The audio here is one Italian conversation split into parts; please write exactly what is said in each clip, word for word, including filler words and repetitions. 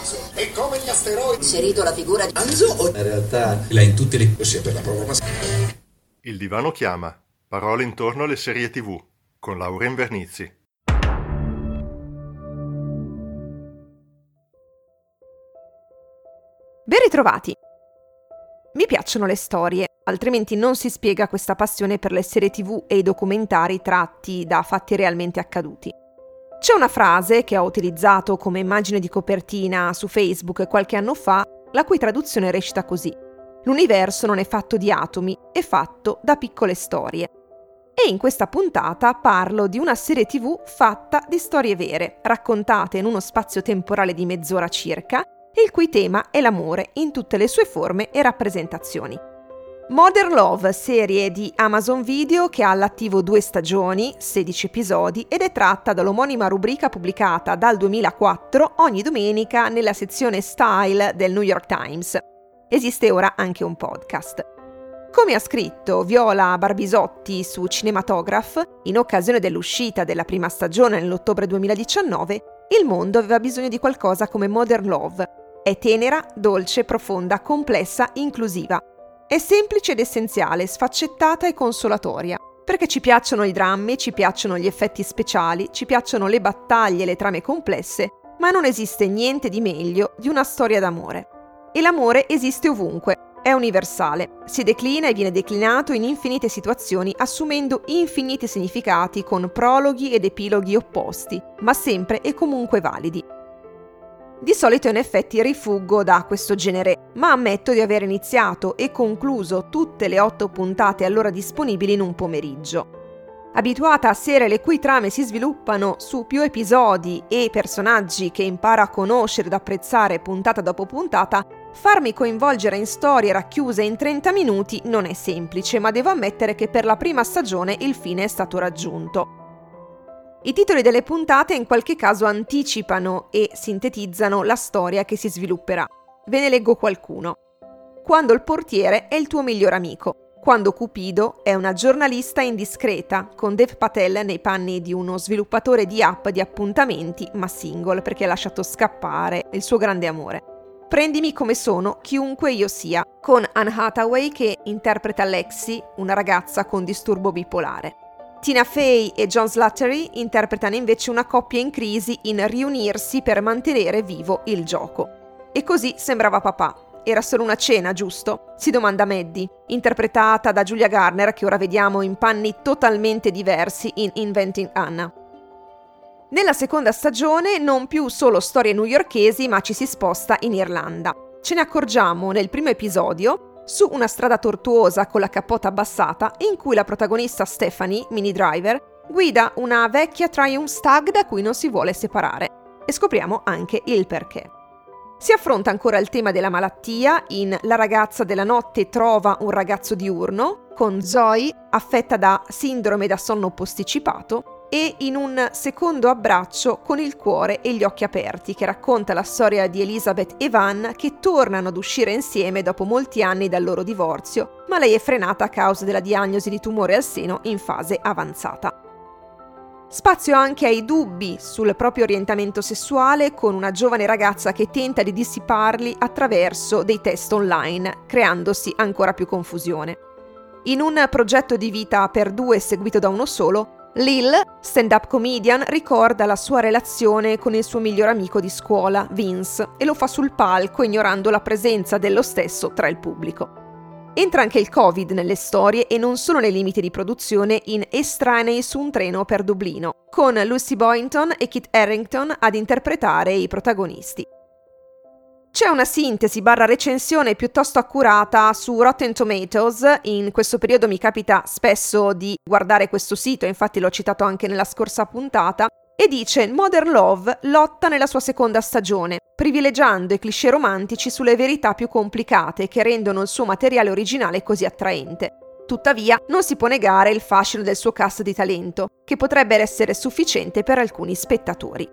E come gli asteroidi inserito la figura di Anzo o in realtà la in tutte le sia per la prova ma... Il divano chiama. Parole intorno alle serie tivù con Laura Invernizzi. Ben ritrovati! Mi piacciono le storie, altrimenti non si spiega questa passione per le serie tivù e i documentari tratti da fatti realmente accaduti. C'è una frase che ho utilizzato come immagine di copertina su Facebook qualche anno fa, la cui traduzione recita così: l'universo non è fatto di atomi, è fatto da piccole storie. E in questa puntata parlo di una serie tivù fatta di storie vere, raccontate in uno spazio temporale di mezz'ora circa, e il cui tema è l'amore in tutte le sue forme e rappresentazioni. Modern Love, serie di Amazon Video che ha all'attivo due stagioni, sedici episodi, ed è tratta dall'omonima rubrica pubblicata dal duemilaquattro ogni domenica nella sezione Style del New York Times. Esiste ora anche un podcast. Come ha scritto Viola Barbisotti su Cinematograph, in occasione dell'uscita della prima stagione nell'ottobre duemiladiciannove, il mondo aveva bisogno di qualcosa come Modern Love. È tenera, dolce, profonda, complessa, inclusiva. È semplice ed essenziale, sfaccettata e consolatoria. Perché ci piacciono i drammi, ci piacciono gli effetti speciali, ci piacciono le battaglie e le trame complesse, ma non esiste niente di meglio di una storia d'amore. E l'amore esiste ovunque, è universale, si declina e viene declinato in infinite situazioni assumendo infiniti significati con prologhi ed epiloghi opposti, ma sempre e comunque validi. Di solito in effetti rifuggo da questo genere, ma ammetto di aver iniziato e concluso tutte le otto puntate allora disponibili in un pomeriggio. Abituata a serie le cui trame si sviluppano su più episodi e personaggi che imparo a conoscere ed apprezzare puntata dopo puntata, farmi coinvolgere in storie racchiuse in trenta minuti non è semplice, ma devo ammettere che per la prima stagione il fine è stato raggiunto. I titoli delle puntate in qualche caso anticipano e sintetizzano la storia che si svilupperà. Ve ne leggo qualcuno. Quando il portiere è il tuo miglior amico. Quando Cupido è una giornalista indiscreta, con Dev Patel nei panni di uno sviluppatore di app di appuntamenti, ma single perché ha lasciato scappare il suo grande amore. Prendimi come sono, chiunque io sia, con Anne Hathaway che interpreta Lexi, una ragazza con disturbo bipolare. Tina Fey e John Slattery interpretano invece una coppia in crisi in riunirsi per mantenere vivo il gioco. E così sembrava papà. Era solo una cena, giusto? Si domanda Maddie, interpretata da Julia Garner, che ora vediamo in panni totalmente diversi in Inventing Anna. Nella seconda stagione non più solo storie newyorkesi, ma ci si sposta in Irlanda. Ce ne accorgiamo nel primo episodio su una strada tortuosa con la cappota abbassata in cui la protagonista Stephanie, mini driver, guida una vecchia Triumph Stag da cui non si vuole separare. E scopriamo anche il perché. Si affronta ancora il tema della malattia in La ragazza della notte trova un ragazzo diurno, con Zoe affetta da sindrome da sonno posticipato, e in un secondo abbraccio con il cuore e gli occhi aperti, che racconta la storia di Elizabeth e Van che tornano ad uscire insieme dopo molti anni dal loro divorzio, ma lei è frenata a causa della diagnosi di tumore al seno in fase avanzata. Spazio anche ai dubbi sul proprio orientamento sessuale, con una giovane ragazza che tenta di dissiparli attraverso dei test online, creandosi ancora più confusione. In un progetto di vita per due seguito da uno solo, Lil, stand-up comedian, ricorda la sua relazione con il suo miglior amico di scuola, Vince, e lo fa sul palco ignorando la presenza dello stesso tra il pubblico. Entra anche il Covid nelle storie e non solo nei limiti di produzione in Estranei su un treno per Dublino, con Lucy Boynton e Kit Harington ad interpretare i protagonisti. C'è una sintesi barra recensione piuttosto accurata su Rotten Tomatoes. In questo periodo mi capita spesso di guardare questo sito, infatti l'ho citato anche nella scorsa puntata, e dice: Modern Love lotta nella sua seconda stagione, privilegiando i cliché romantici sulle verità più complicate che rendono il suo materiale originale così attraente. Tuttavia, non si può negare il fascino del suo cast di talento, che potrebbe essere sufficiente per alcuni spettatori.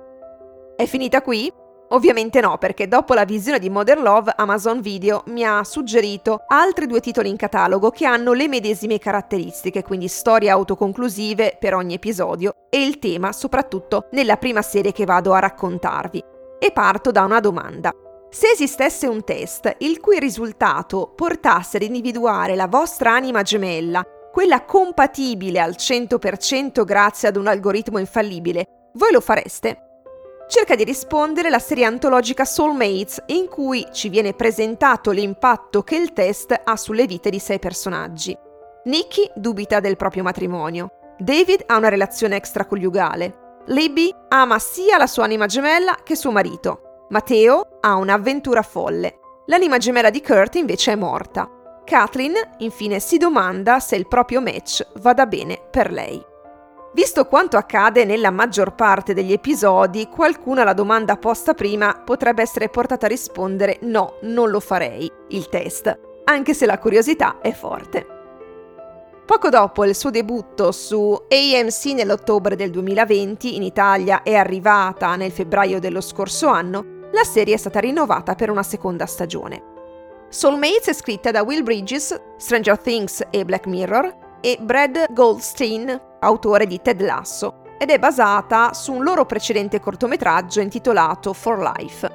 È finita qui? Ovviamente no, perché dopo la visione di Modern Love, Amazon Video mi ha suggerito altri due titoli in catalogo che hanno le medesime caratteristiche, quindi storie autoconclusive per ogni episodio e il tema soprattutto nella prima serie che vado a raccontarvi. E parto da una domanda. Se esistesse un test il cui risultato portasse ad individuare la vostra anima gemella, quella compatibile al cento per cento grazie ad un algoritmo infallibile, voi lo fareste? Cerca di rispondere la serie antologica Soulmates, in cui ci viene presentato l'impatto che il test ha sulle vite di sei personaggi. Nikki dubita del proprio matrimonio. David ha una relazione extraconiugale. Libby ama sia la sua anima gemella che suo marito. Matteo ha un'avventura folle. L'anima gemella di Kurt invece è morta. Kathleen, infine, si domanda se il proprio match vada bene per lei. Visto quanto accade nella maggior parte degli episodi, qualcuno alla domanda posta prima potrebbe essere portato a rispondere no, non lo farei, il test, anche se la curiosità è forte. Poco dopo il suo debutto su A M C nell'ottobre del duemilaventi, in Italia è arrivata nel febbraio dello scorso anno, la serie è stata rinnovata per una seconda stagione. Soulmates è scritta da Will Bridges, Stranger Things e Black Mirror, e Brad Goldstein, autore di Ted Lasso, ed è basata su un loro precedente cortometraggio intitolato For Life.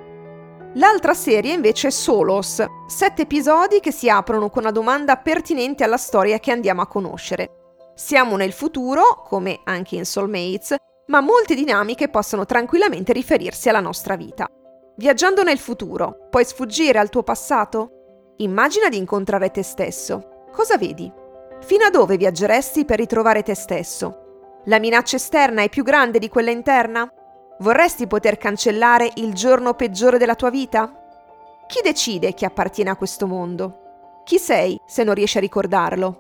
L'altra serie invece è Solos, sette episodi che si aprono con una domanda pertinente alla storia che andiamo a conoscere. Siamo nel futuro, come anche in Soulmates, ma molte dinamiche possono tranquillamente riferirsi alla nostra vita. Viaggiando nel futuro, puoi sfuggire al tuo passato? Immagina di incontrare te stesso. Cosa vedi? Fino a dove viaggeresti per ritrovare te stesso? La minaccia esterna è più grande di quella interna? Vorresti poter cancellare il giorno peggiore della tua vita? Chi decide chi appartiene a questo mondo? Chi sei se non riesci a ricordarlo?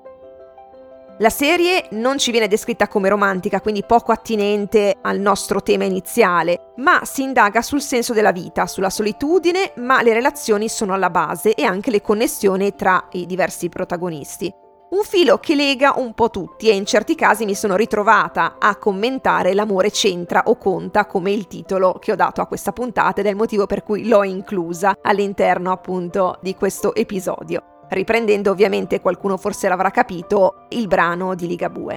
La serie non ci viene descritta come romantica, quindi poco attinente al nostro tema iniziale, ma si indaga sul senso della vita, sulla solitudine, ma le relazioni sono alla base e anche le connessioni tra i diversi protagonisti. Un filo che lega un po' tutti e in certi casi mi sono ritrovata a commentare l'amore c'entra o conta come il titolo che ho dato a questa puntata ed è il motivo per cui l'ho inclusa all'interno appunto di questo episodio. Riprendendo ovviamente, qualcuno forse l'avrà capito, il brano di Ligabue.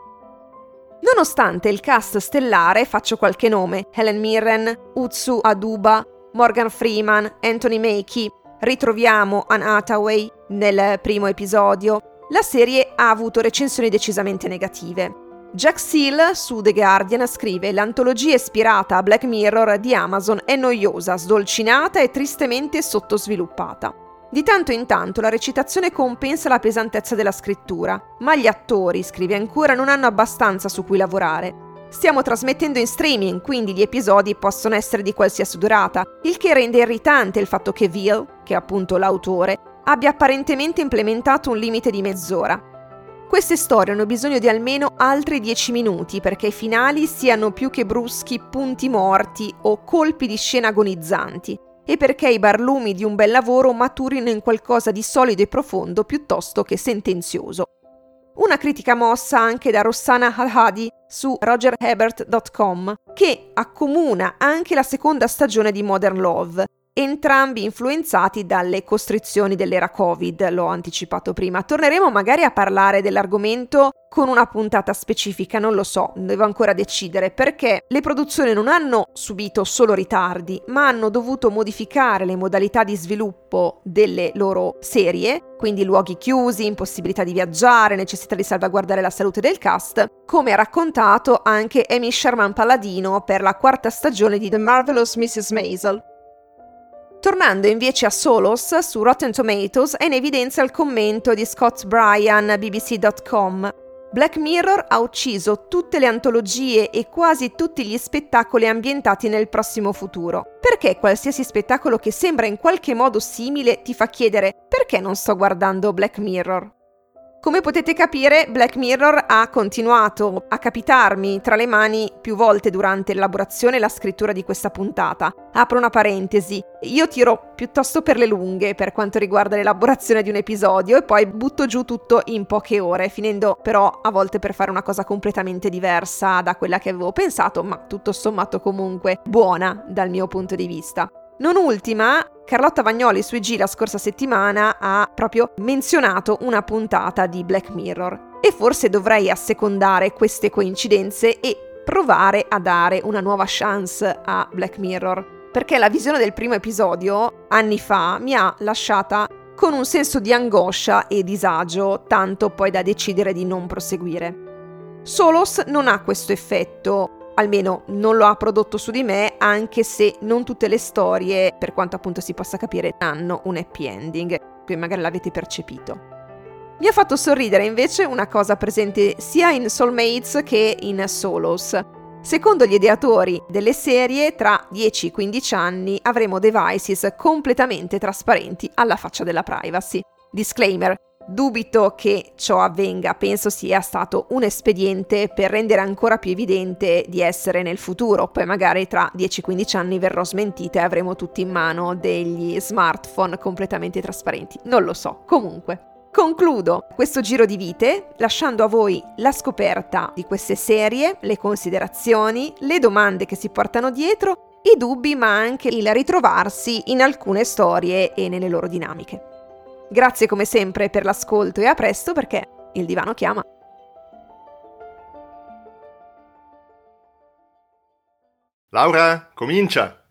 Nonostante il cast stellare, faccio qualche nome: Helen Mirren, Utsu Aduba, Morgan Freeman, Anthony Mackie, ritroviamo Anne Hathaway nel primo episodio, la serie ha avuto recensioni decisamente negative. Jack Seal su The Guardian scrive: l'antologia ispirata a Black Mirror di Amazon è noiosa, sdolcinata e tristemente sottosviluppata. Di tanto in tanto la recitazione compensa la pesantezza della scrittura, ma gli attori, scrive ancora, non hanno abbastanza su cui lavorare. Stiamo trasmettendo in streaming, quindi gli episodi possono essere di qualsiasi durata, il che rende irritante il fatto che Veal, che è appunto l'autore, abbia apparentemente implementato un limite di mezz'ora. Queste storie hanno bisogno di almeno altri dieci minuti perché i finali siano più che bruschi punti morti o colpi di scena agonizzanti, e perché i barlumi di un bel lavoro maturino in qualcosa di solido e profondo piuttosto che sentenzioso. Una critica mossa anche da Rossana Al-Hadi su roger ebert punto com, che accomuna anche la seconda stagione di Modern Love, entrambi influenzati dalle costrizioni dell'era Covid, l'ho anticipato prima. Torneremo magari a parlare dell'argomento con una puntata specifica, non lo so, devo ancora decidere, perché le produzioni non hanno subito solo ritardi, ma hanno dovuto modificare le modalità di sviluppo delle loro serie, quindi luoghi chiusi, impossibilità di viaggiare, necessità di salvaguardare la salute del cast, come ha raccontato anche Amy Sherman-Palladino per la quarta stagione di The Marvelous missus Maisel. Tornando invece a Solos, su Rotten Tomatoes è in evidenza il commento di Scott Bryan, B B C punto com. Black Mirror ha ucciso tutte le antologie e quasi tutti gli spettacoli ambientati nel prossimo futuro. Perché qualsiasi spettacolo che sembra in qualche modo simile ti fa chiedere: perché non sto guardando Black Mirror? Come potete capire, Black Mirror ha continuato a capitarmi tra le mani più volte durante l'elaborazione e la scrittura di questa puntata. Apro una parentesi, io tiro piuttosto per le lunghe per quanto riguarda l'elaborazione di un episodio e poi butto giù tutto in poche ore, finendo però a volte per fare una cosa completamente diversa da quella che avevo pensato, ma tutto sommato comunque buona dal mio punto di vista. Non ultima, Carlotta Vagnoli su I G la scorsa settimana ha proprio menzionato una puntata di Black Mirror e forse dovrei assecondare queste coincidenze e provare a dare una nuova chance a Black Mirror. perché la visione del primo episodio, anni fa, mi ha lasciata con un senso di angoscia e disagio, tanto poi da decidere di non proseguire. Solos non ha questo effetto, almeno non lo ha prodotto su di me, anche se non tutte le storie, per quanto appunto si possa capire, hanno un happy ending, qui magari l'avete percepito. Mi ha fatto sorridere invece una cosa presente sia in Soulmates che in Solos. Secondo gli ideatori delle serie, tra dieci quindici anni avremo devices completamente trasparenti alla faccia della privacy. Disclaimer: dubito che ciò avvenga, penso sia stato un espediente per rendere ancora più evidente di essere nel futuro, poi magari tra dieci quindici anni verrò smentita e avremo tutti in mano degli smartphone completamente trasparenti, non lo so, comunque. Concludo questo giro di vite lasciando a voi la scoperta di queste serie, le considerazioni, le domande che si portano dietro, i dubbi ma anche il ritrovarsi in alcune storie e nelle loro dinamiche. Grazie come sempre per l'ascolto e a presto perché il divano chiama. Laura, comincia!